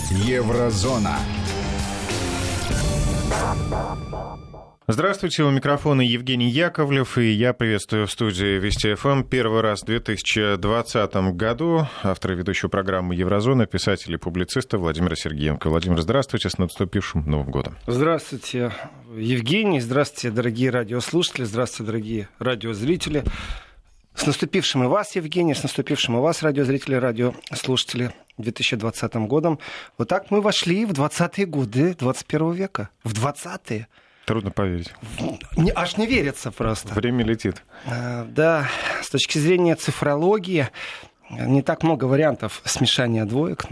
Еврозона. Здравствуйте, у микрофона Евгений Яковлев, и я приветствую в студии Вести ФМ первый раз в 2020 году автора и ведущего программы «Еврозона», писателя и публициста Владимира Сергеенко. Владимир, здравствуйте, с наступившим Новым годом. Здравствуйте, Евгений, здравствуйте, дорогие радиослушатели, здравствуйте, дорогие радиозрители. С наступившим и вас, Евгений, с наступившим и вас, радиозрители, радиослушатели, 2020 годом. Вот так мы вошли в 20-е годы 21 века, в 20-е. Трудно поверить. Аж не верится просто. Время летит. Да, с точки зрения цифрологии, не так много вариантов смешания двоек.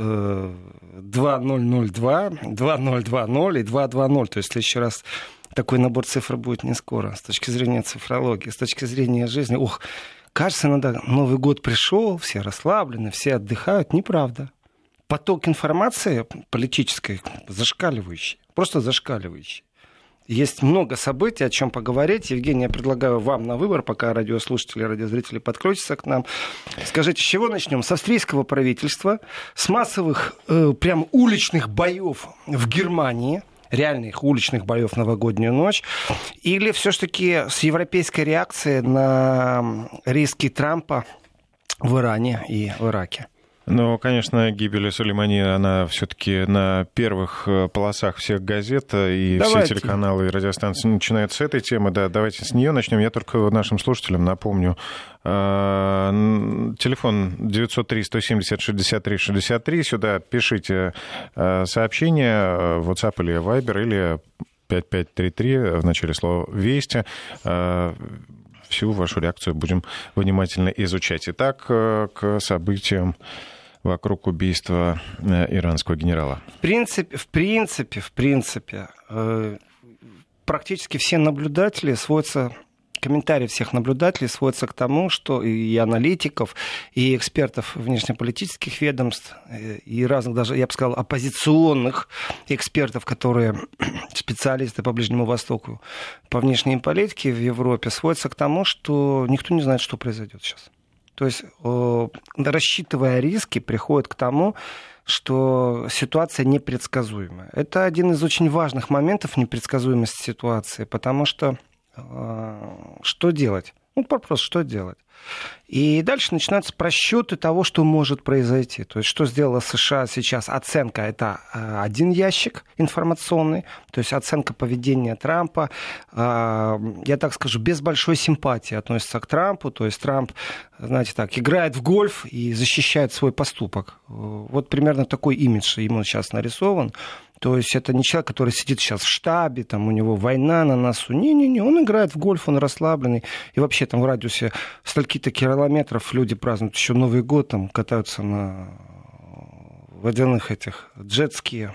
2002, 2020 и 220. То есть в следующий раз такой набор цифр будет не скоро. С точки зрения цифрологии, с точки зрения жизни. Кажется, иногда Новый год пришел, все расслаблены, все отдыхают. Неправда. Поток информации политической зашкаливающий. Просто зашкаливающий. Есть много событий, о чем поговорить. Евгений, я предлагаю вам на выбор, пока радиослушатели, радиозрители подключатся к нам. Скажите, с чего начнем? С австрийского правительства, с массовых прям уличных боев в Германии, реальных уличных боев в новогоднюю ночь, или все-таки с европейской реакцией на риски Трампа в Иране и в Ираке? Ну, конечно, гибель Сулеймани, она все-таки на первых полосах всех газет, и все телеканалы и радиостанции начинают с этой темы. Да, давайте с нее начнем. Я только нашим слушателям напомню. Телефон 903-170-63-63. Сюда пишите сообщения в WhatsApp или Viber, или 5533 в начале слова «Вести». Всю вашу реакцию будем внимательно изучать. Итак, к событиям вокруг убийства иранского генерала. В принципе, практически все наблюдатели комментарии всех наблюдателей сводятся к тому, что и аналитиков, и экспертов внешнеполитических ведомств, и разных даже, я бы сказал, оппозиционных экспертов, которые специалисты по Ближнему Востоку, по внешней политике в Европе, сводятся к тому, что никто не знает, что произойдет сейчас. То есть, рассчитывая риски, приходит к тому, что ситуация непредсказуемая. Это один из очень важных моментов непредсказуемости ситуации, потому что что делать? Вопрос, что делать? И дальше начинаются просчеты того, что может произойти. То есть, что сделала США сейчас? Оценка — это один ящик информационный, то есть оценка поведения Трампа. Я так скажу, без большой симпатии относится к Трампу. То есть Трамп, знаете так, играет в гольф и защищает свой поступок. Вот примерно такой имидж ему сейчас нарисован. То есть это не человек, который сидит сейчас в штабе, там у него война на носу. Не-не-не, он играет в гольф, он расслабленный. И вообще там в радиусе стольки-то километров люди празднуют еще Новый год, там катаются на водяных этих джетски,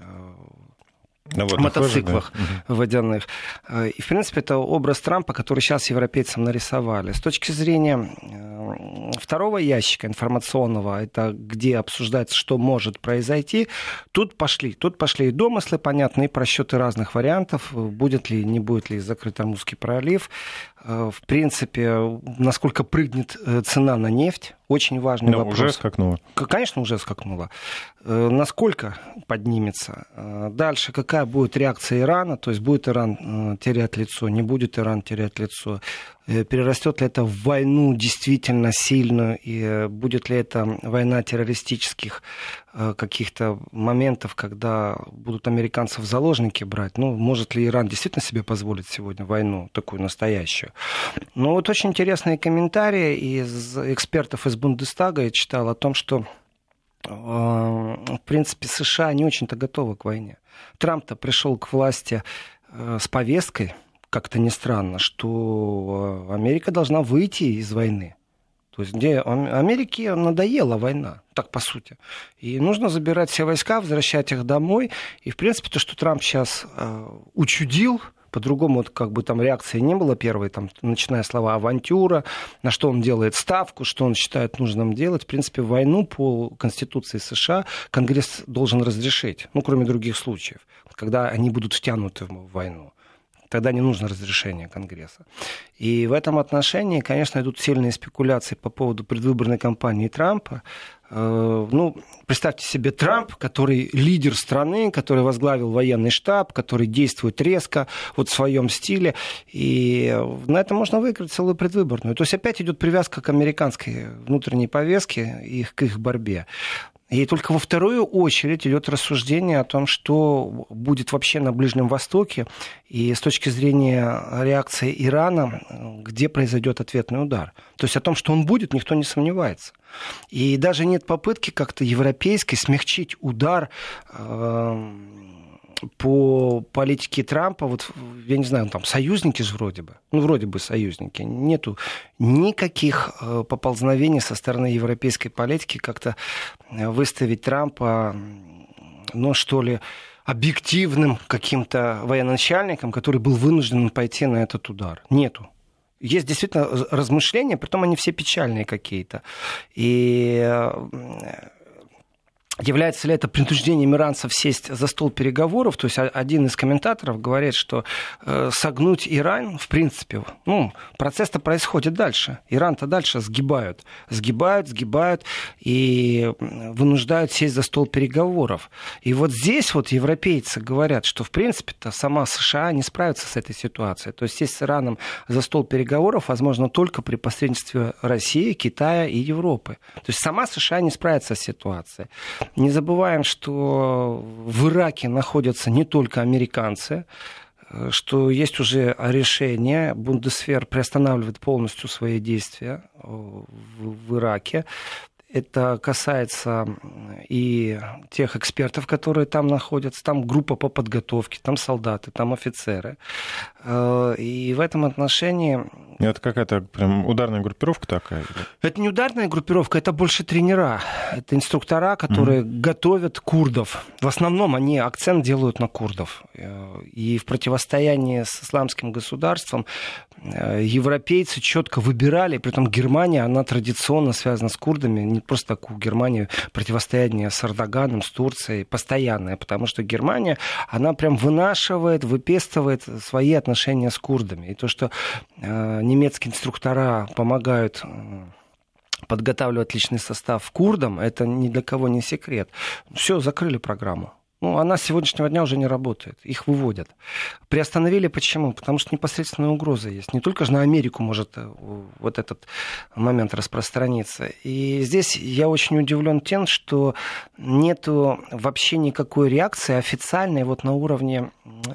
мотоциклах водяных. И, в принципе, это образ Трампа, который сейчас европейцам нарисовали. С точки зрения второго ящика информационного, это где обсуждается, что может произойти, тут пошли и домыслы, понятно, и просчеты разных вариантов, будет ли, не будет ли закрыт Ормузский пролив. В принципе, насколько прыгнет цена на нефть, очень важный вопрос. Уже скакнула. Конечно, уже скакнула. Насколько поднимется? Дальше, какая будет реакция Ирана? То есть, будет Иран терять лицо, не будет Иран терять лицо? Перерастет ли это в войну действительно сильную? И будет ли это война террористических каких-то моментов, когда будут американцев в заложники брать? Может ли Иран действительно себе позволить сегодня войну такую настоящую? Вот очень интересные комментарии из экспертов из Бундестага я читал о том, что в принципе США не очень-то готовы к войне. Трамп-то пришел к власти с повесткой, как-то не странно, что Америка должна выйти из войны. То есть где Америке надоела война, так по сути. И нужно забирать все войска, возвращать их домой. И, в принципе, то, что Трамп сейчас учудил, по-другому как бы там реакции не было первой, там, начиная слова «авантюра», на что он делает ставку, что он считает нужным делать. В принципе, войну по Конституции США Конгресс должен разрешить, кроме других случаев, когда они будут втянуты в войну. Тогда не нужно разрешение Конгресса. И в этом отношении, конечно, идут сильные спекуляции по поводу предвыборной кампании Трампа. Представьте себе Трамп, который лидер страны, который возглавил военный штаб, который действует резко, в своем стиле. И на этом можно выиграть целую предвыборную. То есть опять идет привязка к американской внутренней повестке и к их борьбе. И только во вторую очередь идет рассуждение о том, что будет вообще на Ближнем Востоке, и с точки зрения реакции Ирана, где произойдет ответный удар. То есть о том, что он будет, никто не сомневается. И даже нет попытки как-то европейской смягчить удар по политике Трампа, я не знаю, там союзники же вроде бы союзники, нету никаких поползновений со стороны европейской политики как-то выставить Трампа, объективным каким-то военачальником, который был вынужден пойти на этот удар. Нету. Есть действительно размышления, притом они все печальные какие-то. И является ли это принуждением иранцев сесть за стол переговоров? То есть один из комментаторов говорит, что согнуть Иран, в принципе, процесс-то происходит дальше. Иран-то дальше сгибают и вынуждают сесть за стол переговоров. И здесь европейцы говорят, что, в принципе-то, сама США не справится с этой ситуацией. То есть сесть с Ираном за стол переговоров возможно только при посредничестве России, Китая и Европы. То есть сама США не справится с ситуацией. Не забываем, что в Ираке находятся не только американцы, что есть уже решение, Бундесвер приостанавливает полностью свои действия в Ираке. Это касается и тех экспертов, которые там находятся. Там группа по подготовке, там солдаты, там офицеры. И в этом отношении... Это какая-то прям ударная группировка такая? Это не ударная группировка, это больше тренера. Это инструктора, которые готовят курдов. В основном они акцент делают на курдов. И в противостоянии с исламским государством европейцы четко выбирали, притом Германия, она традиционно связана с курдами, не просто так у Германии противостояние с Эрдоганом, с Турцией постоянное, потому что Германия, она прям выпестывает свои отношения с курдами. И то, что немецкие инструктора помогают подготавливать личный состав курдам, это ни для кого не секрет. Все, закрыли программу. Она с сегодняшнего дня уже не работает. Их выводят. Приостановили почему? Потому что непосредственная угроза есть. Не только же на Америку может этот момент распространиться. И здесь я очень удивлен тем, что нету вообще никакой реакции официальной на уровне...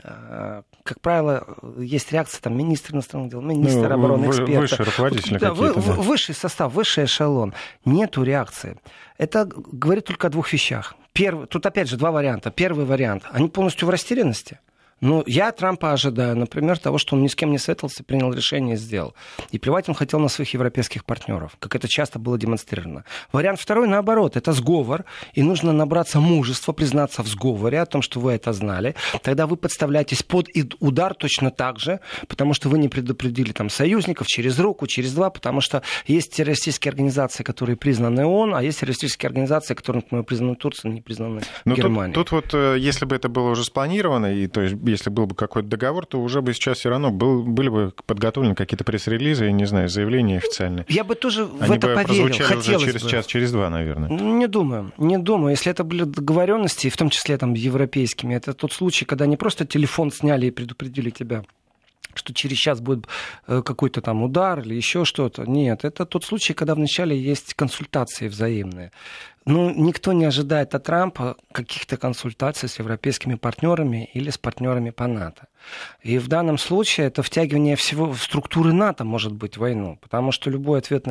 Как правило, есть реакция там министр иностранных дел, министр обороны, эксперты. Высшие руководители какие-то. Высший состав, высший эшелон. Нету реакции. Это говорит только о двух вещах. Тут опять же два варианта. Первый вариант. Они полностью в растерянности. Я Трампа ожидаю, например, того, что он ни с кем не советовался, принял решение и сделал. И плевать он хотел на своих европейских партнеров, как это часто было демонстрировано. Вариант второй, наоборот, это сговор, и нужно набраться мужества, признаться в сговоре, о том, что вы это знали. Тогда вы подставляетесь под удар точно так же, потому что вы не предупредили союзников через руку, через два, потому что есть террористические организации, которые признаны ООН, а есть террористические организации, которые, например, признаны Турцией, не признаны Германией. Тут если бы это было уже спланировано, и то есть если был бы какой-то договор, то уже бы сейчас все равно были бы подготовлены какие-то пресс-релизы, не знаю, заявления официальные. Я бы тоже в это поверил. Хотелось уже через час, через два, наверное. Не думаю. Если это были договоренности, в том числе европейскими, это тот случай, когда не просто телефон сняли и предупредили тебя, что через час будет какой-то удар или еще что-то. Нет, это тот случай, когда вначале есть консультации взаимные. Никто не ожидает от Трампа каких-то консультаций с европейскими партнерами или с партнерами по НАТО. И в данном случае это втягивание всего в структуры НАТО может быть в войну, потому что любой ответ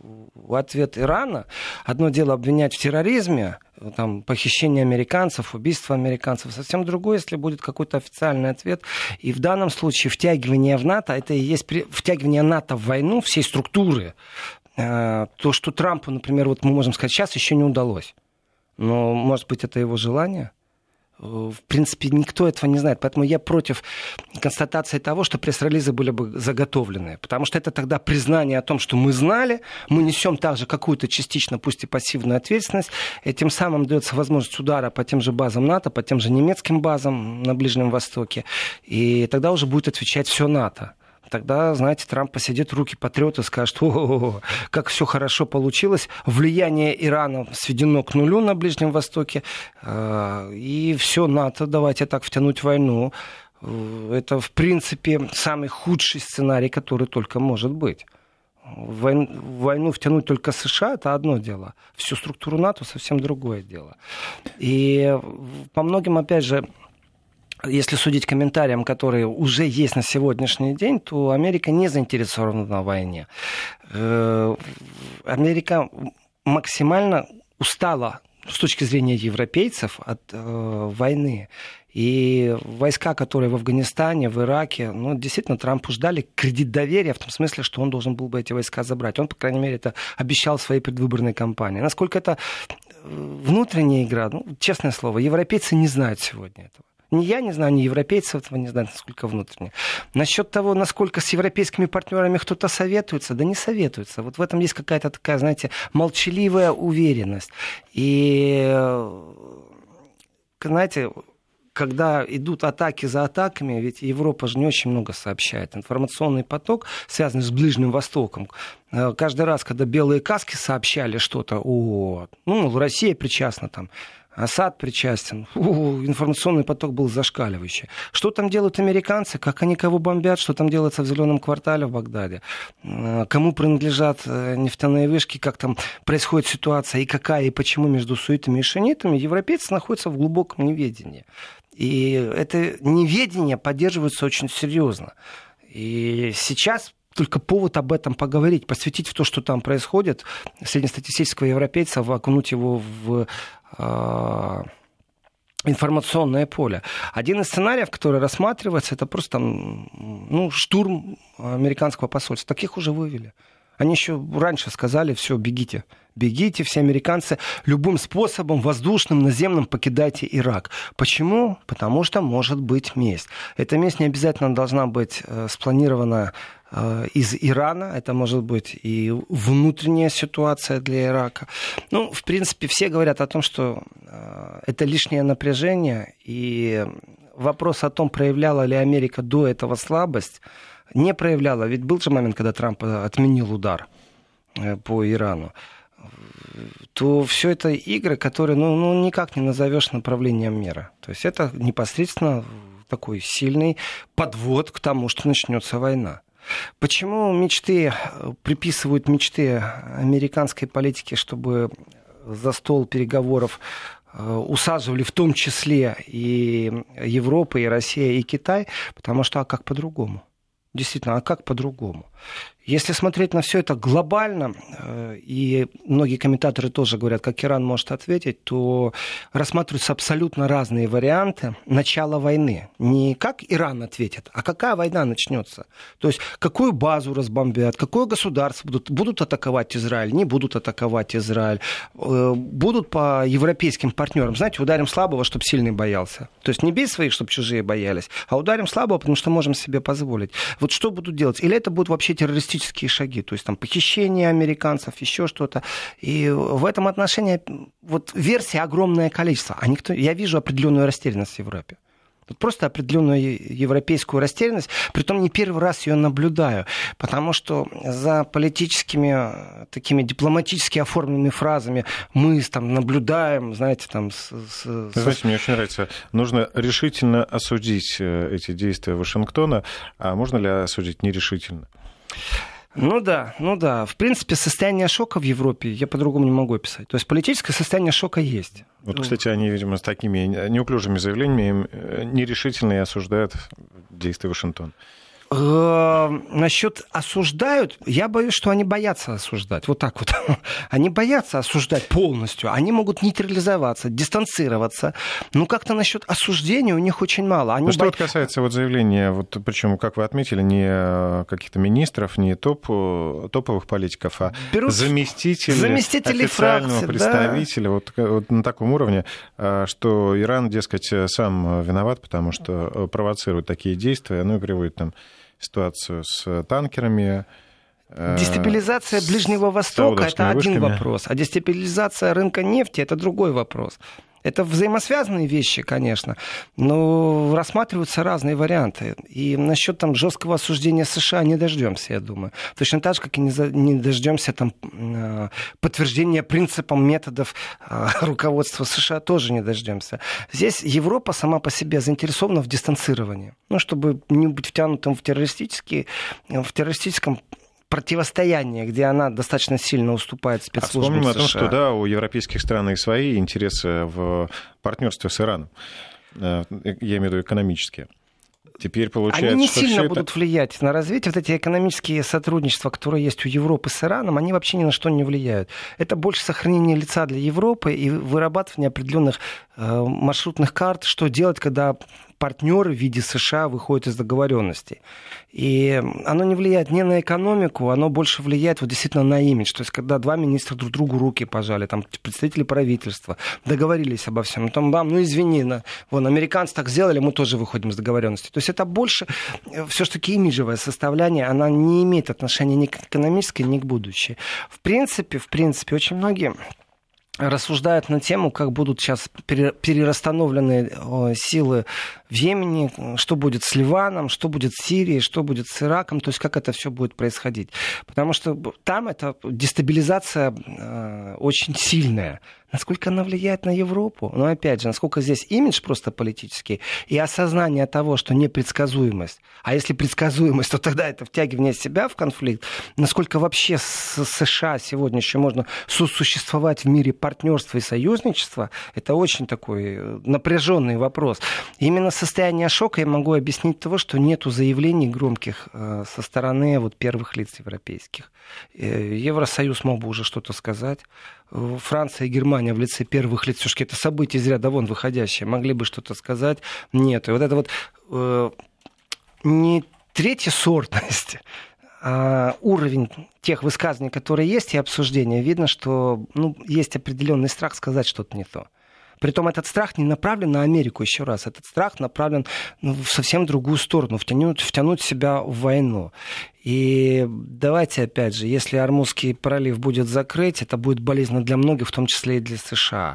Ирана, одно дело обвинять в терроризме, похищение американцев, убийство американцев, совсем другое, если будет какой-то официальный ответ. И в данном случае втягивание в НАТО, это и есть втягивание НАТО в войну, всей структуры. То, что Трампу, например, мы можем сказать, сейчас еще не удалось. Но, может быть, это его желание? В принципе, никто этого не знает. Поэтому я против констатации того, что пресс-релизы были бы заготовлены. Потому что это тогда признание о том, что мы знали, мы несем также какую-то частично, пусть и пассивную ответственность. И тем самым дается возможность удара по тем же базам НАТО, по тем же немецким базам на Ближнем Востоке. И тогда уже будет отвечать все НАТО. Тогда, знаете, Трамп посидит, руки потрет и скажет: о, как все хорошо получилось, влияние Ирана сведено к нулю на Ближнем Востоке, и все, НАТО, давайте так втянуть в войну. Это, в принципе, самый худший сценарий, который только может быть. В войну втянуть только США — это одно дело, всю структуру НАТО — совсем другое дело. И по многим, опять же, если судить комментариям, которые уже есть на сегодняшний день, то Америка не заинтересована в войне. Америка максимально устала с точки зрения европейцев от войны. И войска, которые в Афганистане, в Ираке, действительно, Трампу ждали кредит доверия, в том смысле, что он должен был бы эти войска забрать. Он, по крайней мере, это обещал в своей предвыборной кампании. Насколько это внутренняя игра, честное слово, европейцы не знают сегодня этого. Ни я не знаю, ни европейцы этого не знают, насколько внутренне. Насчет того, насколько с европейскими партнерами кто-то советуется, да не советуется. Вот в этом есть какая-то такая, знаете, молчаливая уверенность. И, знаете, когда идут атаки за атаками, ведь Европа же не очень много сообщает. Информационный поток, связанный с Ближним Востоком, каждый раз, когда белые каски сообщали что-то, Россия причастна там, Асад причастен. Информационный поток был зашкаливающий. Что там делают американцы? Как они кого бомбят? Что там делается в Зеленом квартале в Багдаде? Кому принадлежат нефтяные вышки? Как там происходит ситуация? И какая, и почему между суннитами и шиитами? Европейцы находятся в глубоком неведении. И это неведение поддерживается очень серьезно. И сейчас только повод об этом поговорить, посвятить в то, что там происходит, среднестатистического европейца, окунуть его в информационное поле. Один из сценариев, который рассматривается, это просто штурм американского посольства. Таких уже вывели. Они еще раньше сказали: все, бегите. Бегите, все американцы, любым способом, воздушным, наземным, покидайте Ирак. Почему? Потому что может быть месть. Эта месть не обязательно должна быть спланирована из Ирана, это может быть и внутренняя ситуация для Ирака. В принципе, все говорят о том, что это лишнее напряжение, и вопрос о том, проявляла ли Америка до этого слабость, не проявляла. Ведь был же момент, когда Трамп отменил удар по Ирану. То все это игры, которые никак не назовешь направлением мира. То есть это непосредственно такой сильный подвод к тому, что начнется война. Почему приписывают мечты американской политики, чтобы за стол переговоров усаживали в том числе и Европа, и Россия, и Китай? Потому что как по-другому? Действительно, а как по-другому? Если смотреть на все это глобально, и многие комментаторы тоже говорят, как Иран может ответить, то рассматриваются абсолютно разные варианты начала войны. Не как Иран ответит, а какая война начнется. То есть какую базу разбомбят, какое государство будут атаковать Израиль, не будут атаковать Израиль, будут по европейским партнерам. Знаете, ударим слабого, чтобы сильный боялся. То есть не бей своих, чтобы чужие боялись, а ударим слабого, потому что можем себе позволить. Вот что будут делать? Или это будут вообще террористические шаги, то есть там похищение американцев, еще что-то. И в этом отношении версий огромное количество. Я вижу определенную растерянность в Европе. Просто определенную европейскую растерянность, притом не первый раз ее наблюдаю, потому что за политическими, такими дипломатически оформленными фразами мы там наблюдаем, знаете, там... Знаете, мне очень нравится, нужно решительно осудить эти действия Вашингтона, а можно ли осудить нерешительно? Ну да. В принципе, состояние шока в Европе я по-другому не могу описать. То есть политическое состояние шока есть. Вот, кстати, они, видимо, с такими неуклюжими заявлениями нерешительно и осуждают действия Вашингтона. Насчет осуждают, я боюсь, что они боятся осуждать. Вот так вот. Они боятся осуждать полностью. Они могут нейтрализоваться, дистанцироваться. Но как-то насчет осуждения у них очень мало. Что вот касается вот заявления, вот, причем, как вы отметили, не каких-то министров, не топовых политиков, а заместителей официального фракции, представителя, да. вот на таком уровне, что Иран, дескать, сам виноват, потому что провоцирует такие действия, ну и приводит там ситуацию с танкерами. Дестабилизация Ближнего Востока – это один вопрос, а дестабилизация рынка нефти – это другой вопрос. Это взаимосвязанные вещи, конечно, но рассматриваются разные варианты. И насчет там жесткого осуждения США не дождемся, я думаю. Точно так же, как и не дождемся там подтверждения принципам методов руководства США, тоже не дождемся. Здесь Европа сама по себе заинтересована в дистанцировании, чтобы не быть втянутым в террористическом противостояние, где она достаточно сильно уступает спецслужбам США. Вспомним о том, что да, у европейских стран и свои интересы в партнерстве с Ираном. Я имею в виду экономические. Теперь получается, они не что сильно будут влиять на развитие. Вот эти экономические сотрудничества, которые есть у Европы с Ираном, они вообще ни на что не влияют. Это больше сохранение лица для Европы и вырабатывание определенных маршрутных карт, что делать, когда партнеры в виде США выходят из договоренностей. И оно не влияет ни на экономику, оно больше влияет вот действительно на имидж. То есть, когда два министра друг другу руки пожали, там представители правительства договорились обо всем, там, извини, вон, американцы так сделали, мы тоже выходим из договоренности. То есть, это больше все-таки имиджевая составляние, она не имеет отношения ни к экономической, ни к будущей. В принципе, очень многие рассуждают на тему, как будут сейчас перерасстановлены силы в Йемене, что будет с Ливаном, что будет с Сирией, что будет с Ираком, то есть как это все будет происходить. Потому что там эта дестабилизация очень сильная. Насколько она влияет на Европу? Но опять же, насколько здесь имидж просто политический и осознание того, что непредсказуемость. А если предсказуемость, то тогда это втягивание себя в конфликт. Насколько вообще с США сегодня еще можно сосуществовать в мире партнерства и союзничества, это очень такой напряженный вопрос. Именно состояние шока я могу объяснить того, что нету заявлений громких со стороны первых лиц европейских. Евросоюз мог бы уже что-то сказать. Франция и Германия в лице первых лиц, все-таки это события из ряда вон выходящие, могли бы что-то сказать. Нет. И вот это не третья сортность, а уровень тех высказываний, которые есть, и обсуждения, видно, что есть определенный страх сказать что-то не то. Притом этот страх не направлен на Америку, еще раз. Этот страх направлен в совсем другую сторону, втянуть себя в войну. И давайте, опять же, если Ормузский пролив будет закрыть, это будет болезненно для многих, в том числе и для США.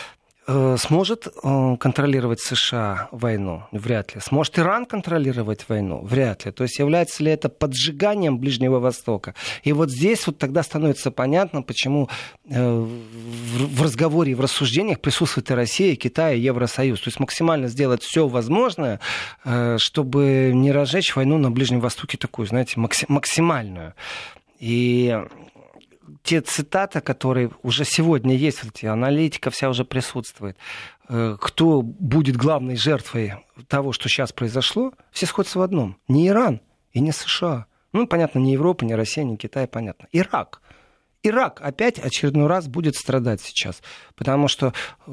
Сможет контролировать США войну? Вряд ли. Сможет Иран контролировать войну? Вряд ли. То есть является ли это поджиганием Ближнего Востока? И вот здесь тогда становится понятно, почему в разговоре, в рассуждениях присутствует и Россия, и Китай, и Евросоюз. То есть максимально сделать все возможное, чтобы не разжечь войну на Ближнем Востоке такую, знаете, максимальную. И те цитаты, которые уже сегодня есть, аналитика вся уже присутствует, кто будет главной жертвой того, что сейчас произошло, все сходятся в одном. Не Иран и не США. Понятно, не Европа, не Россия, не Китай, понятно. Ирак. Ирак опять очередной раз будет страдать сейчас, потому что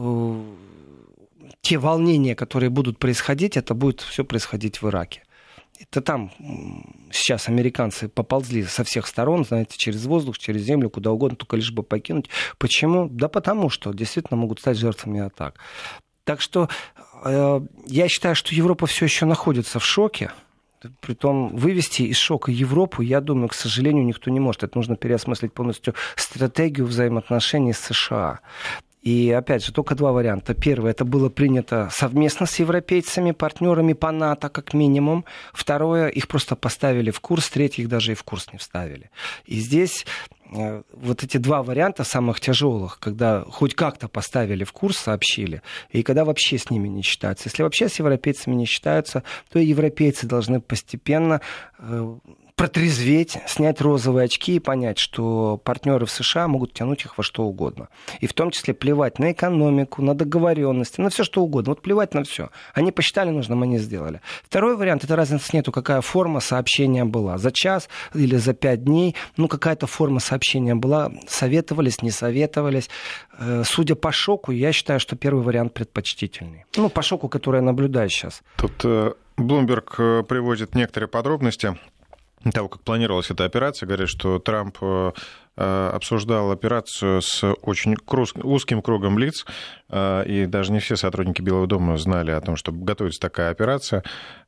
те волнения, которые будут происходить, это будет все происходить в Ираке. Это там сейчас американцы поползли со всех сторон, знаете, через воздух, через землю, куда угодно, только лишь бы покинуть. Почему? Да потому что действительно могут стать жертвами атак. Так что я считаю, что Европа все еще находится в шоке. Притом вывести из шока Европу, я думаю, к сожалению, никто не может. Это нужно переосмыслить полностью стратегию взаимоотношений с США. И, опять же, только два варианта. Первый, это было принято совместно с европейцами, партнерами по НАТО, как минимум. Второе, их просто поставили в курс. Третье, их даже и в курс не вставили. И здесь вот эти два варианта самых тяжелых, когда хоть как-то поставили в курс, сообщили, и когда вообще с ними не считаются. Если вообще с европейцами не считаются, то и европейцы должны постепенно протрезветь, снять розовые очки и понять, что партнеры в США могут тянуть их во что угодно. И в том числе плевать на экономику, на договоренности, на все что угодно. Вот плевать на все. Они посчитали нужным, они сделали. Второй вариант, это разницы нету, какая форма сообщения была. За час или за 5 дней, какая-то форма сообщения была. Советовались, не советовались. Судя по шоку, я считаю, что первый вариант предпочтительный. По шоку, который я наблюдаю сейчас. Тут Bloomberg приводит некоторые подробности того, как планировалась эта операция. Говорят, что Трамп обсуждал операцию с очень узким кругом лиц, и даже не все сотрудники Белого дома знали о том, что готовится такая операция.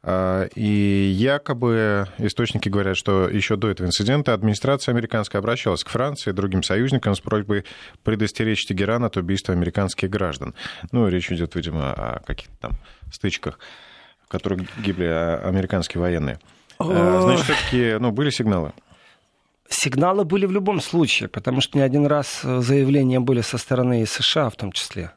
И якобы источники говорят, что еще до этого инцидента администрация американская обращалась к Франции и другим союзникам с просьбой предостеречь Тегеран от убийства американских граждан. Речь идет, видимо, о каких-то там стычках, в которых гибли американские военные. Значит, все-таки были сигналы? Сигналы были в любом случае, потому что не один раз заявления были со стороны и США в том числе.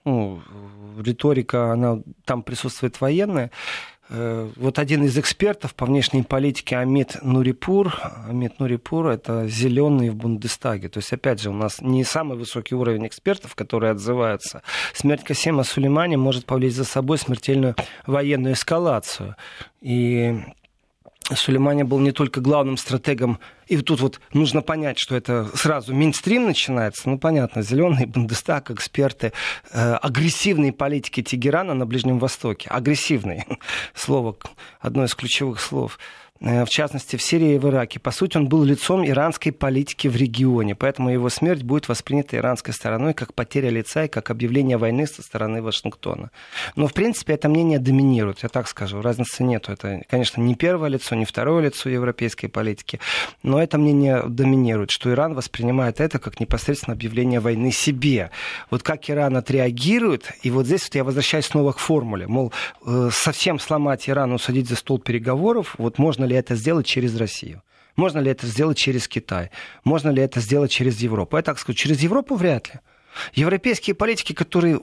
Риторика, там присутствует военная. Вот один из экспертов по внешней политике Амит Нурипур, это зеленый в Бундестаге. То есть, опять же, у нас не самый высокий уровень экспертов, которые отзываются. Смерть Касема Сулеймани может повлечь за собой смертельную военную эскалацию. И Сулеймани был не только главным стратегом, и тут вот нужно понять, что это сразу мейнстрим начинается, понятно, зеленый Бундестаг, эксперты, агрессивные политики Тегерана на Ближнем Востоке, агрессивный, слово, одно из ключевых слов. В частности, в Сирии и в Ираке. По сути, он был лицом иранской политики в регионе, поэтому его смерть будет воспринята иранской стороной как потеря лица и как объявление войны со стороны Вашингтона. Но, в принципе, это мнение доминирует, я так скажу, разницы нету. Это, конечно, не первое лицо, не второе лицо европейской политики, но это мнение доминирует, что Иран воспринимает это как непосредственно объявление войны себе. Вот как Иран отреагирует, и вот здесь вот я возвращаюсь снова к формуле, мол, совсем сломать Иран, усадить за стол переговоров, вот можно ли это сделать через Россию? Можно ли это сделать через Китай? Можно ли это сделать через Европу? Я так скажу, через Европу вряд ли. Европейские политики,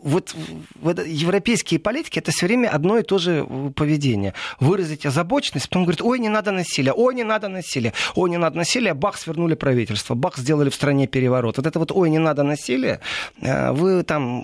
европейские политики, это все время одно и то же поведение. Выразить озабоченность, потом говорят, ой, не надо насилия, ой, не надо насилия, ой, не надо насилия, бах, свернули правительство, бах, сделали в стране переворот. Вот это вот, ой, не надо насилия, вы там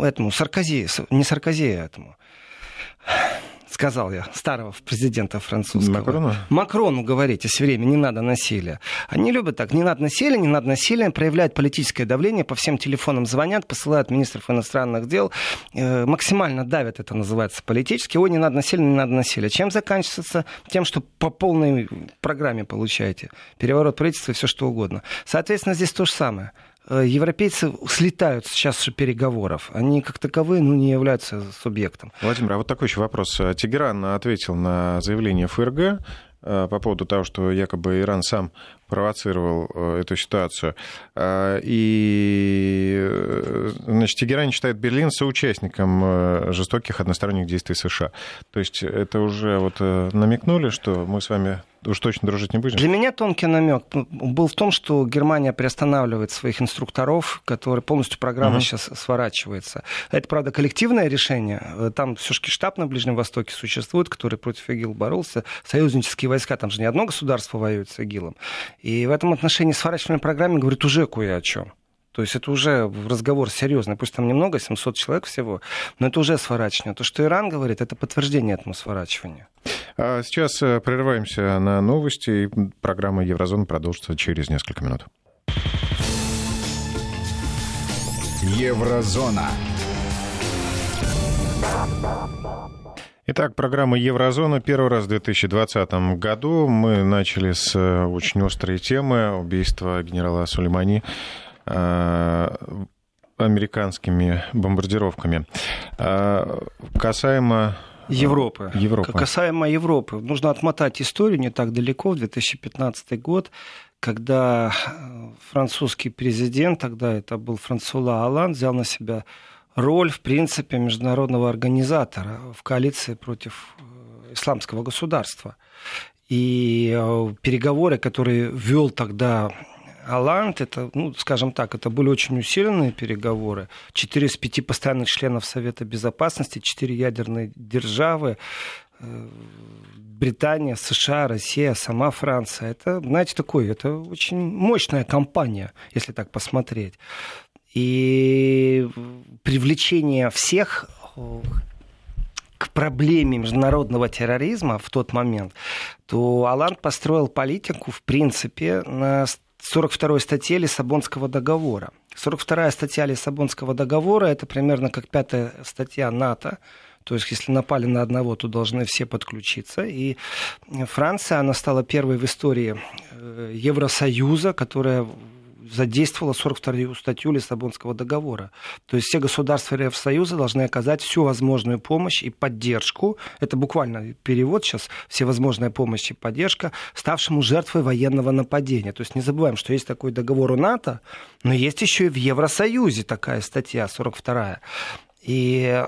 сказал я, старого президента французского. Макрону говорите все время, не надо насилия. Они любят так, не надо насилия, проявляют политическое давление, по всем телефонам звонят, посылают министров иностранных дел, максимально давят, это называется политически. Ой, не надо насилия. Чем заканчивается? Тем, что по полной программе получаете. Переворот правительства и все что угодно. Соответственно, здесь то же самое. Европейцы слетают сейчас с переговоров. Они как таковые не являются субъектом. Владимир, а вот такой еще вопрос. Тегеран ответил на заявление ФРГ по поводу того, что якобы Иран сам провоцировал эту ситуацию. И, значит, Тегеран считает Берлин соучастником жестоких односторонних действий США. То есть это уже вот намекнули, что мы с вами уж точно дружить не будем? Для меня тонкий намек был в том, что Германия приостанавливает своих инструкторов, которые полностью программа сейчас сворачивается. Это, правда, коллективное решение. Там все-таки штаб на Ближнем Востоке существует, который против ИГИЛ боролся. Союзнические войска, там же не одно государство воюет с ИГИЛом. И в этом отношении сворачивание программы говорит уже кое о чем. То есть это уже разговор серьезный. Пусть там немного, 700 человек всего, но это уже сворачивание. То, что Иран говорит, это подтверждение этому сворачиванию. А сейчас прерываемся на новости, и программа «Еврозона» продолжится через несколько минут. Еврозона. Итак, программа «Еврозона». Первый раз в 2020 году мы начали с очень острой темы убийства генерала Сулеймани американскими бомбардировками. Касаемо Европы. Касаемо Европы. Нужно отмотать историю не так далеко, в 2015 год, когда французский президент, тогда это был Франсуа Олланд, взял на себя роль, в принципе, международного организатора в коалиции против исламского государства. И переговоры, которые вел тогда Олланд, это, скажем так, это были очень усиленные переговоры. 4 из 5 постоянных членов Совета Безопасности, 4 ядерные державы. Британия, США, Россия, сама Франция. Это, знаете, это очень мощная кампания, если так посмотреть. И привлечение всех к проблеме международного терроризма в тот момент, то Олланд построил политику, в принципе, на 42-й статье Лиссабонского договора. 42-я статья Лиссабонского договора – это примерно как 5-я статья НАТО. То есть, если напали на одного, то должны все подключиться. И Франция, она стала первой в истории Евросоюза, которая задействовала 42-ю статью Лиссабонского договора. То есть все государства Евросоюза должны оказать всю возможную помощь и поддержку, это буквально перевод сейчас, всевозможная помощь и поддержка, ставшему жертвой военного нападения. То есть не забываем, что есть такой договор у НАТО, но есть еще и в Евросоюзе такая статья, 42-я. И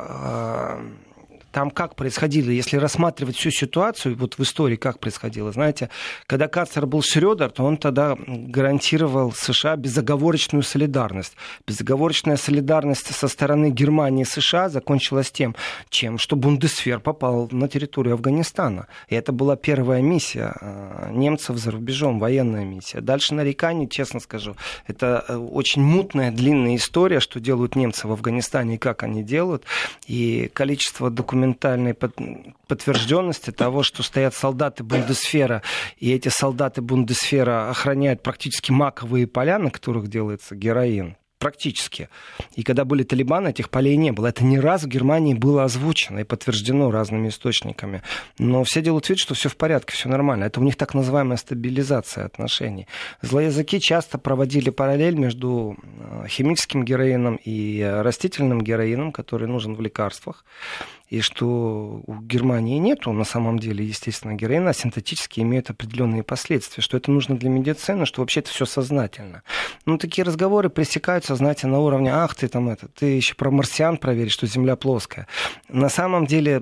там как происходило, если рассматривать всю ситуацию, вот в истории как происходило, знаете, когда канцлер был Шрёдер, то он тогда гарантировал США безоговорочную солидарность. Безоговорочная солидарность со стороны Германии и США закончилась тем, что Бундесвер попал на территорию Афганистана. И это была первая миссия немцев за рубежом, военная миссия. Дальше нареканий, честно скажу, это очень мутная, длинная история, что делают немцы в Афганистане и как они делают. И количество документальной подтвержденности того, что стоят солдаты Бундесвера, и эти солдаты Бундесвера охраняют практически маковые поля, на которых делается героин. Практически. И когда были талибаны, этих полей не было. Это не раз в Германии было озвучено и подтверждено разными источниками. Но все делают вид, что все в порядке, все нормально. Это у них так называемая стабилизация отношений. Злоязыки часто проводили параллель между химическим героином и растительным героином, который нужен в лекарствах. И что у Германии нету на самом деле, естественно, героина, а синтетически имеют определенные последствия, что это нужно для медицины, что вообще это все сознательно. Но такие разговоры пресекаются, знаете, на уровне, ах, ты еще про марсиан проверишь, что Земля плоская. На самом деле,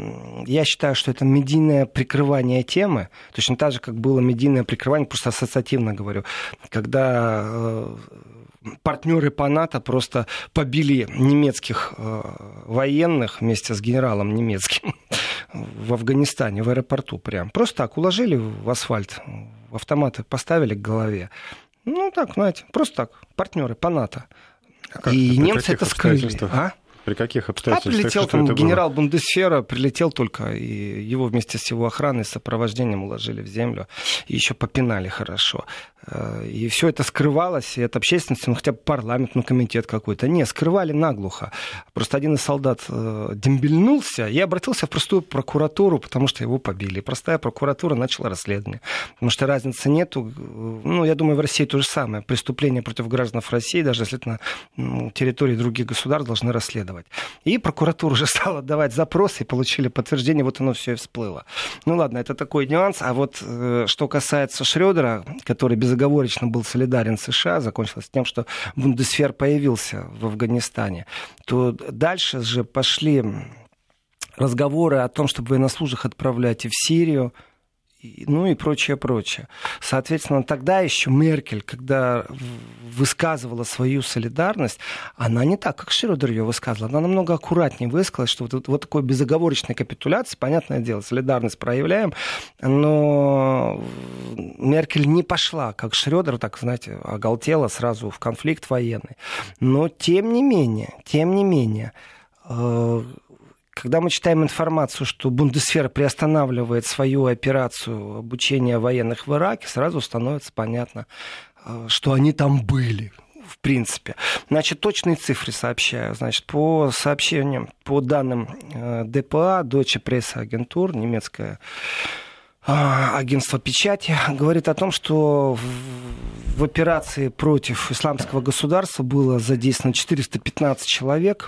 я считаю, что это медийное прикрывание темы, точно так же, как было медийное прикрывание, просто ассоциативно говорю, когда партнеры по НАТО просто побили немецких военных вместе с генералом немецким в Афганистане, в аэропорту прям. Просто так уложили в асфальт, автоматы поставили к голове. Ну, так, знаете, просто так, партнеры по НАТО. И немцы это скрыли. При каких обстоятельствах? Прилетел там генерал Бундесвера, прилетел только, и его вместе с его охраной, с сопровождением уложили в землю, и еще попинали хорошо. И все это скрывалось, и от общественности, хотя бы парламент, комитет какой-то. Не, скрывали наглухо. Просто один из солдат дембельнулся и обратился в простую прокуратуру, потому что его побили. И простая прокуратура начала расследование. Потому что разницы нету. Я думаю, в России то же самое. Преступления против граждан России, даже если это на территории других государств, должны расследовать. И прокуратура уже стала давать запросы, и получили подтверждение, вот оно все и всплыло. Ладно, это такой нюанс. А вот что касается Шрёдера, который безоговорочно был солидарен с США, закончилось тем, что Бундесвер появился в Афганистане, то дальше же пошли разговоры о том, чтобы военнослужащих отправлять и в Сирию, и прочее. Соответственно, тогда еще Меркель, когда высказывала свою солидарность, она не так, как Шрёдер ее высказывала, она намного аккуратнее высказалась, что вот такой безоговорочной капитуляции, понятное дело, солидарность проявляем, но Меркель не пошла, как Шрёдер, так, знаете, оголтела сразу в конфликт военный. Но тем не менее, когда мы читаем информацию, что Бундесвер приостанавливает свою операцию обучения военных в Ираке, сразу становится понятно, что они там были, в принципе. Значит, точные цифры сообщаю. Значит, по сообщениям, по данным ДПА, Deutsche Presse-Agentur, немецкое агентство печати, говорит о том, что в операции против исламского государства было задействовано 415 человек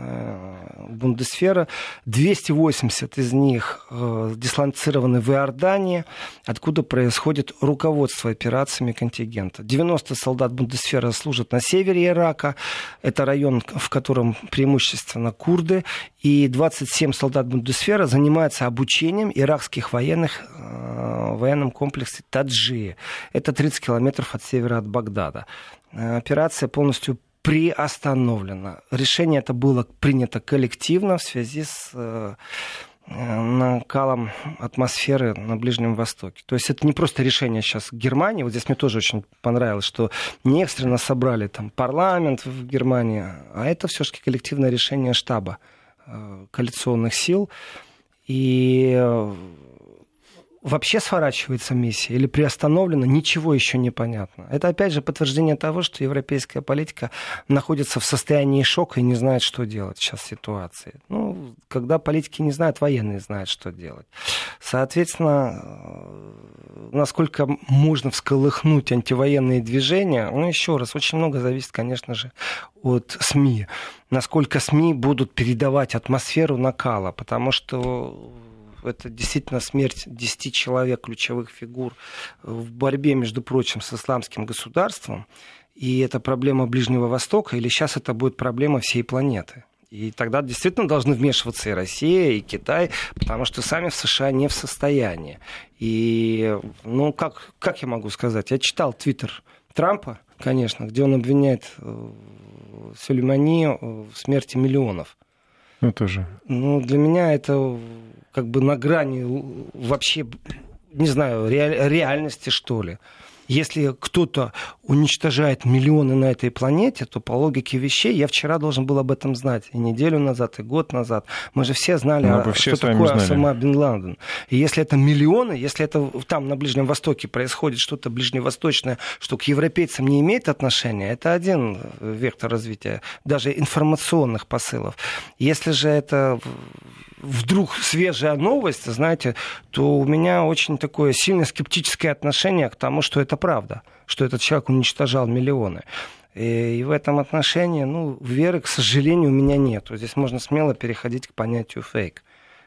Бундесвера, 280 из них дислоцированы в Иордании, откуда происходит руководство операциями контингента. 90 солдат Бундесвера служат на севере Ирака, это район, в котором преимущественно курды, и 27 солдат Бундесвера занимаются обучением иракских военных в военном комплексе Таджи. Это 30 километров от севера от Багдада. Операция полностью приостановлена. Решение это было принято коллективно в связи с накалом атмосферы на Ближнем Востоке. То есть это не просто решение сейчас Германии. Вот здесь мне тоже очень понравилось, что не экстренно собрали там парламент в Германии, а это все-таки коллективное решение штаба коалиционных сил. И вообще сворачивается миссия или приостановлена, ничего еще не понятно. Это опять же подтверждение того, что европейская политика находится в состоянии шока и не знает, что делать сейчас в ситуации. Ну, когда политики не знают, военные знают, что делать. Соответственно, насколько можно всколыхнуть антивоенные движения, ну, еще раз, очень много зависит, конечно же, от СМИ. Насколько СМИ будут передавать атмосферу накала, потому что это действительно смерть 10 человек, ключевых фигур в борьбе, между прочим, с исламским государством. И это проблема Ближнего Востока, или сейчас это будет проблема всей планеты. И тогда действительно должны вмешиваться и Россия, и Китай, потому что сами в США не в состоянии. И, ну, как я могу сказать? Я читал твиттер Трампа, конечно, где он обвиняет Сулеймани в смерти миллионов. Ну, тоже. Ну, для меня это как бы на грани вообще, не знаю, реальности, что ли. Если кто-то уничтожает миллионы на этой планете, то по логике вещей я вчера должен был об этом знать. И неделю назад, и год назад. Мы же все знали, что такое Осама бен Ладен. И если это миллионы, если это там на Ближнем Востоке происходит что-то ближневосточное, что к европейцам не имеет отношения, это один вектор развития, даже информационных посылов. Если же это вдруг свежая новость, знаете, то у меня очень такое сильно скептическое отношение к тому, что это правда, что этот человек уничтожал миллионы. И в этом отношении, ну, веры, к сожалению, у меня нет. Здесь можно смело переходить к понятию фейк.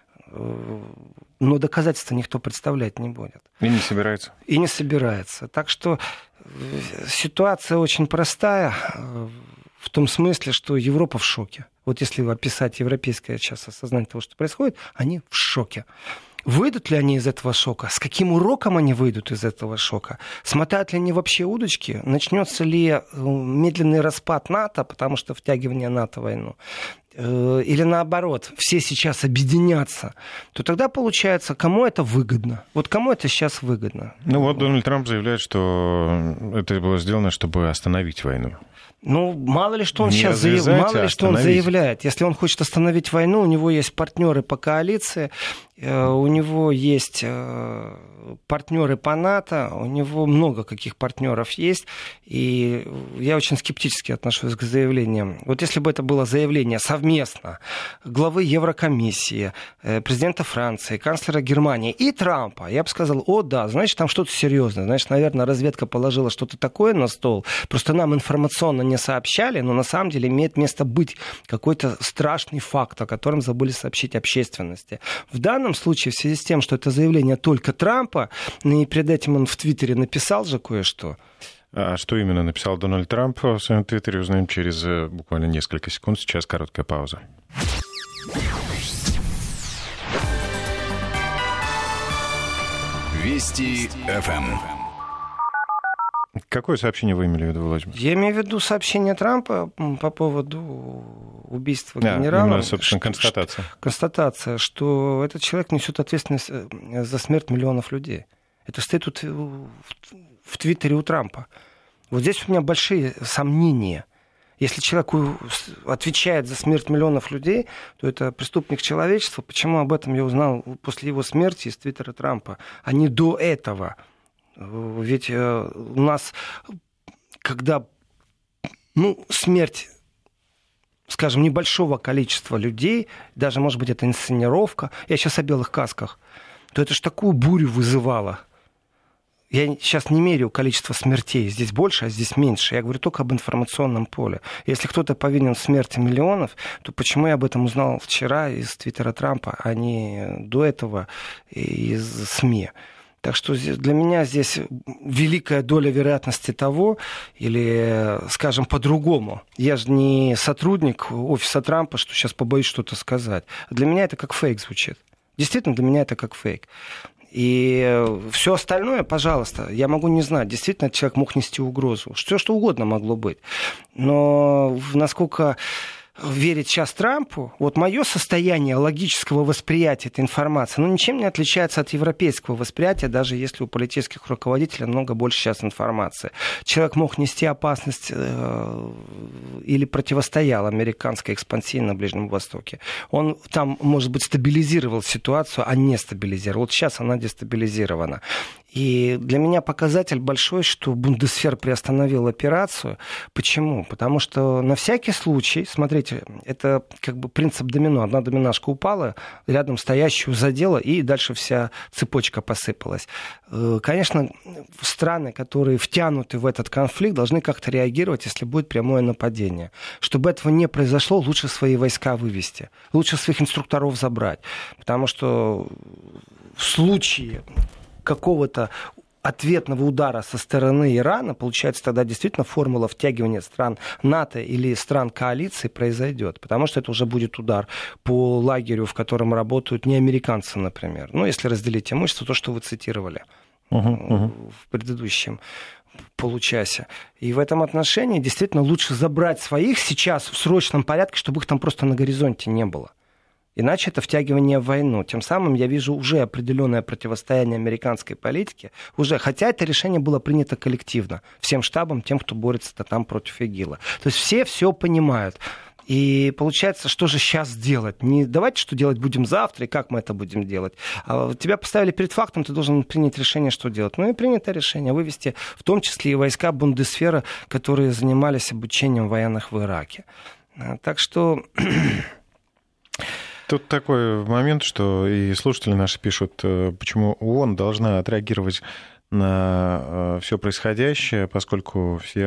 Но доказательства никто представлять не будет. И не собирается. И не собирается. Так что ситуация очень простая, в том смысле, что Европа в шоке. Вот если описать европейское сейчас осознание того, что происходит, они в шоке. Выйдут ли они из этого шока? С каким уроком они выйдут из этого шока? Смотают ли они вообще удочки? Начнется ли медленный распад НАТО, потому что втягивание НАТО в войну? Или наоборот, все сейчас объединятся, то тогда получается, кому это выгодно? Вот кому это сейчас выгодно? Ну вот Дональд Трамп заявляет, что это было сделано, чтобы остановить войну. Ну, мало ли что он сейчас заявляет. Если он хочет остановить войну, у него есть партнеры по коалиции, у него есть партнеры по НАТО, у него много каких партнеров есть, и я очень скептически отношусь к заявлениям. Вот если бы это было заявление совместно главы Еврокомиссии, президента Франции, канцлера Германии и Трампа, я бы сказал, о да, значит, там что-то серьезное, значит, наверное, разведка положила что-то такое на стол, просто нам информационно не сообщали, но на самом деле имеет место быть какой-то страшный факт, о котором забыли сообщить общественности. В данном случае, в связи с тем, что это заявление только Трампа, и перед этим он в Твиттере написал же кое-что. А что именно написал Дональд Трамп в своем Твиттере, узнаем через буквально несколько секунд. Сейчас короткая пауза. Вести ФМ. Какое сообщение вы имели в виду, Владимир? Я имею в виду сообщение Трампа по поводу убийства генерала. Именно, собственно, констатация. Констатация, что этот человек несет ответственность за смерть миллионов людей. Это стоит в Твиттере у Трампа. Вот здесь у меня большие сомнения. Если человек отвечает за смерть миллионов людей, то это преступник человечества. Почему об этом я узнал после его смерти из Твиттера Трампа, а не до этого? Ведь у нас, когда смерть, скажем, небольшого количества людей, даже, может быть, это инсценировка, я сейчас о белых касках, то это ж такую бурю вызывало. Я сейчас не меряю количество смертей, здесь больше, а здесь меньше. Я говорю только об информационном поле. Если кто-то повинен в смерти миллионов, то почему я об этом узнал вчера из Твиттера Трампа, а не до этого из СМИ? Так что для меня здесь великая доля вероятности того, или, скажем, по-другому. Я же не сотрудник офиса Трампа, что сейчас побоюсь что-то сказать. Для меня это как фейк звучит. Действительно, для меня это как фейк. И все остальное, пожалуйста, я могу не знать. Действительно, человек мог нести угрозу. Все, что угодно могло быть. Но насколько верить сейчас Трампу, вот мое состояние логического восприятия этой информации, ничем не отличается от европейского восприятия, даже если у политических руководителей много больше сейчас информации. Человек мог нести опасность или противостоял американской экспансии на Ближнем Востоке. Он там, может быть, стабилизировал ситуацию, а не стабилизировал. Вот сейчас она дестабилизирована. И для меня показатель большой, что Бундесвер приостановил операцию. Почему? Потому что на всякий случай, смотрите, это как бы принцип домино. Одна доминашка упала, рядом стоящую задела, и дальше вся цепочка посыпалась. Конечно, страны, которые втянуты в этот конфликт, должны как-то реагировать, если будет прямое нападение. Чтобы этого не произошло, лучше свои войска вывести, лучше своих инструкторов забрать. Потому что в случае какого-то ответного удара со стороны Ирана, получается, тогда действительно формула втягивания стран НАТО или стран коалиции произойдет, потому что это уже будет удар по лагерю, в котором работают не американцы, например. Если разделить имущество, то, что вы цитировали в предыдущем получасе. И в этом отношении действительно лучше забрать своих сейчас в срочном порядке, чтобы их там просто на горизонте не было. Иначе это втягивание в войну. Тем самым я вижу уже определенное противостояние американской политики, хотя это решение было принято коллективно, всем штабом, тем, кто борется там против ИГИЛа. То есть все понимают. И получается, что же сейчас делать? Не давайте, что делать будем завтра, и как мы это будем делать. А тебя поставили перед фактом, ты должен принять решение, что делать. И принято решение вывести в том числе и войска Бундесвера, которые занимались обучением военных в Ираке. Так что... Тут такой момент, что и слушатели наши пишут, почему ООН должна отреагировать на все происходящее, поскольку все...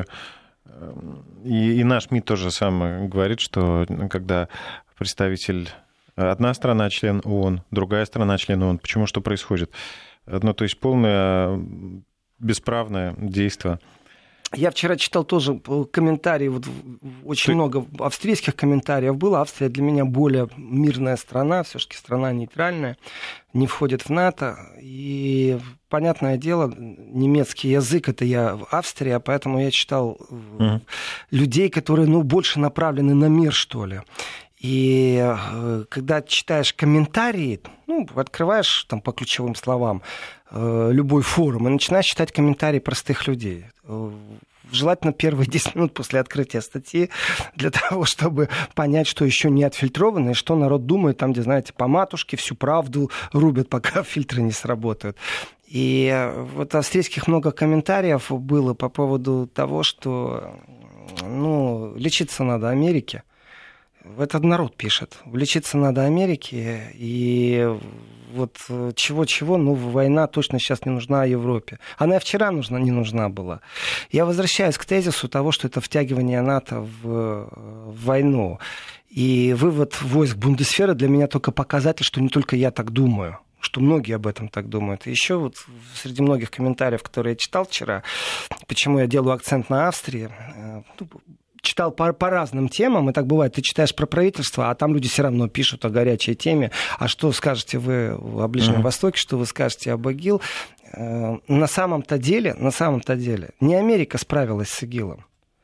И наш МИД тоже самое говорит, что когда представитель... Одна страна член ООН, другая страна член ООН, почему что происходит? То есть полное бесправное действие. Я вчера читал тоже комментарии, очень много австрийских комментариев было. Австрия для меня более мирная страна, все-таки страна нейтральная, не входит в НАТО. И, понятное дело, немецкий язык, это я в Австрии, поэтому я читал людей, которые больше направлены на мир, что ли. И когда читаешь комментарии, открываешь там по ключевым словам любой форум и начинаешь читать комментарии простых людей. Желательно первые 10 минут после открытия статьи для того, чтобы понять, что еще не отфильтровано, и что народ думает там, где, знаете, по матушке всю правду рубят, пока фильтры не сработают. И австрийских много комментариев было по поводу того, что лечиться надо Америке. Этот народ пишет. Лечиться надо Америке, и чего-чего, война точно сейчас не нужна Европе. Она и вчера не нужна была. Я возвращаюсь к тезису того, что это втягивание НАТО в войну. И вывод войск Бундесвера для меня только показатель, что не только я так думаю, что многие об этом так думают. И еще среди многих комментариев, которые я читал вчера, почему я делаю акцент на Австрии, читал по разным темам, и так бывает, ты читаешь про правительство, а там люди все равно пишут о горячей теме, а что скажете вы о Ближнем Востоке, что вы скажете об ИГИЛ. На самом-то деле, не Америка справилась с ИГИЛом.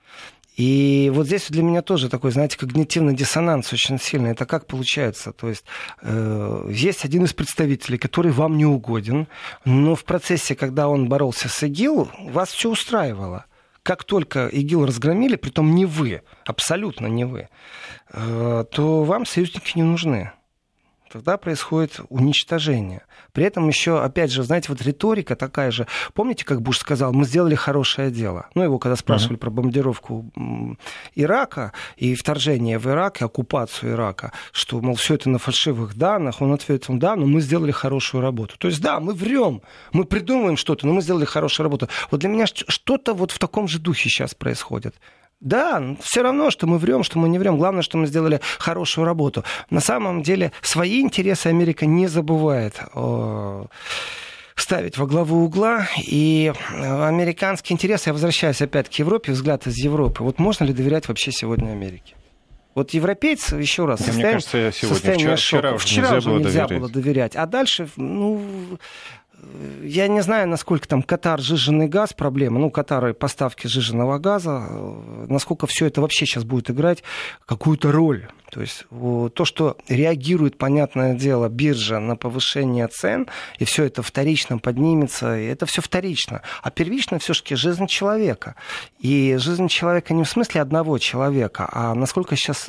И здесь для меня тоже такой, знаете, когнитивный диссонанс очень сильный. Это как получается? То есть есть один из представителей, который вам не угоден, но в процессе, когда он боролся с ИГИЛ, вас все устраивало. Как только ИГИЛ разгромили, притом не вы, абсолютно не вы, то вам союзники не нужны. Тогда происходит уничтожение. При этом еще, опять же, знаете, риторика такая же. Помните, как Буш сказал, мы сделали хорошее дело? Его когда спрашивали про бомбардировку Ирака и вторжение в Ирак, и оккупацию Ирака, что, мол, все это на фальшивых данных, он ответил, да, но мы сделали хорошую работу. То есть, да, мы врем, мы придумываем что-то, но мы сделали хорошую работу. Для меня что-то в таком же духе сейчас происходит. Да, все равно, что мы врем, что мы не врем. Главное, что мы сделали хорошую работу. На самом деле, свои интересы Америка не забывает ставить во главу угла. И американские интересы, я возвращаюсь опять к Европе, взгляд из Европы. Можно ли доверять вообще сегодня Америке? Европейцы, еще раз, мне кажется, сегодня, вчера уже нельзя было доверять. А дальше, Я не знаю, насколько там Катар, сжиженный газ, проблема. Ну, Катар, поставки сжиженного газа. Насколько все это вообще сейчас будет играть какую-то роль. То есть то, что реагирует, понятное дело, биржа на повышение цен, и все это вторично поднимется, и это все вторично. А первично все-таки жизнь человека. И жизнь человека не в смысле одного человека, а насколько сейчас с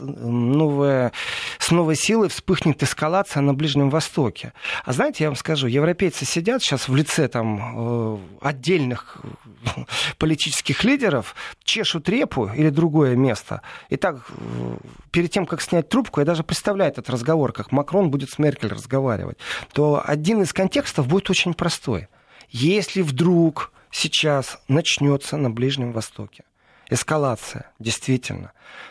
новой силой вспыхнет эскалация на Ближнем Востоке. А знаете, я вам скажу, европейцы сидят сейчас в лице там отдельных политических лидеров, чешут репу или другое место. И так, перед тем, как снять трубку, я даже представляю этот разговор, как Макрон будет с Меркель разговаривать, то один из контекстов будет очень простой. Если вдруг сейчас начнется на Ближнем Востоке эскалация, действительно,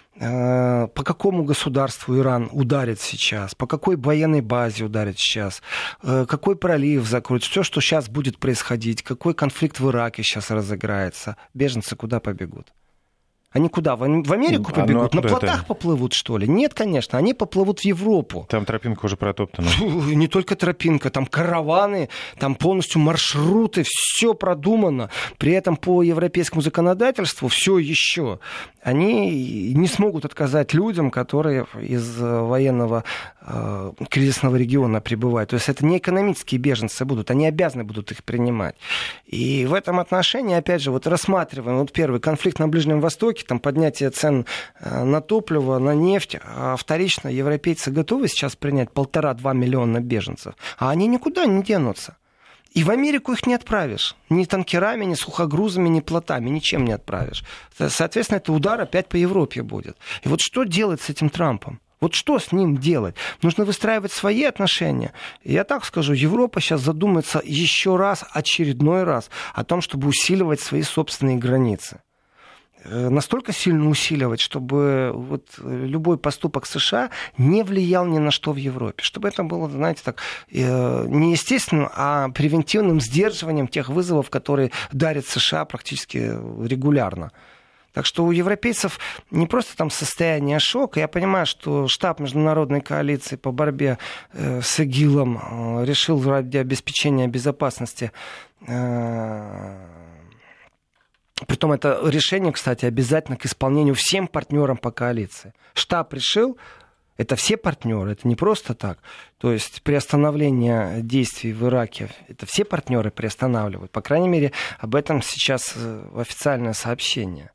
по какому государству Иран ударит сейчас, по какой военной базе ударит сейчас, какой пролив закроет, все, что сейчас будет происходить, какой конфликт в Ираке сейчас разыграется, беженцы куда побегут? Они куда? В Америку побегут? На плотах поплывут, что ли? Нет, конечно, они поплывут в Европу. Там тропинка уже протоптана. Не только тропинка, там караваны, там полностью маршруты, все продумано. При этом по европейскому законодательству все еще. Они не смогут отказать людям, которые из военного кризисного региона прибывают. То есть это не экономические беженцы будут, они обязаны будут их принимать. И в этом отношении, опять же, вот рассматриваем вот первый конфликт на Ближнем Востоке, там поднятие цен на топливо, на нефть, а вторично европейцы готовы сейчас принять 1,5-2 миллиона беженцев, а они никуда не денутся. И в Америку их не отправишь. Ни танкерами, ни сухогрузами, ни плотами, ничем не отправишь. Соответственно, это удар опять по Европе будет. И вот что делать с этим Трампом? Вот что с ним делать? Нужно выстраивать свои отношения. Я так скажу, Европа сейчас задумается еще раз, очередной раз, о том, чтобы усиливать свои собственные границы. Настолько сильно усиливать, чтобы вот любой поступок США не влиял ни на что в Европе. Чтобы это было, знаете, так, не естественным, а превентивным сдерживанием тех вызовов, которые дарит США практически регулярно. Так что у европейцев не просто там состояние шока. Я понимаю, что штаб международной коалиции по борьбе с ИГИЛом решил ради обеспечения безопасности... Притом это решение, кстати, обязательно к исполнению всем партнерам по коалиции. Штаб решил, это все партнеры, это не просто так. То есть приостановление действий в Ираке, это все партнеры приостанавливают. По крайней мере, об этом сейчас официальное сообщение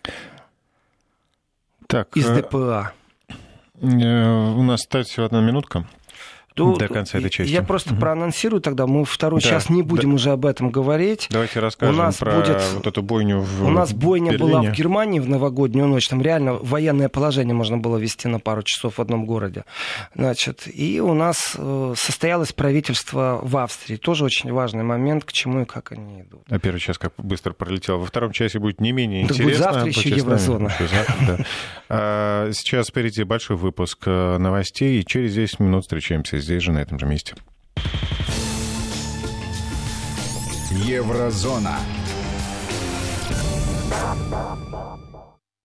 из ДПА. У нас остается всего 1 минутка. До конца этой части. Я просто проанонсирую тогда. Мы второй час не будем уже об этом говорить. Давайте расскажем про вот эту бойню в Берлине. У нас бойня была в Германии в новогоднюю ночь. Там реально военное положение можно было ввести на пару часов в одном городе. Значит, и у нас состоялось правительство в Австрии. Тоже очень важный момент, к чему и как они идут. А первый час как быстро пролетел. Во втором часе будет не менее интересно. Будет завтра еще Еврозона. Сейчас впереди большой выпуск новостей. И через 10 минут встречаемся здесь же, на этом же месте. Еврозона.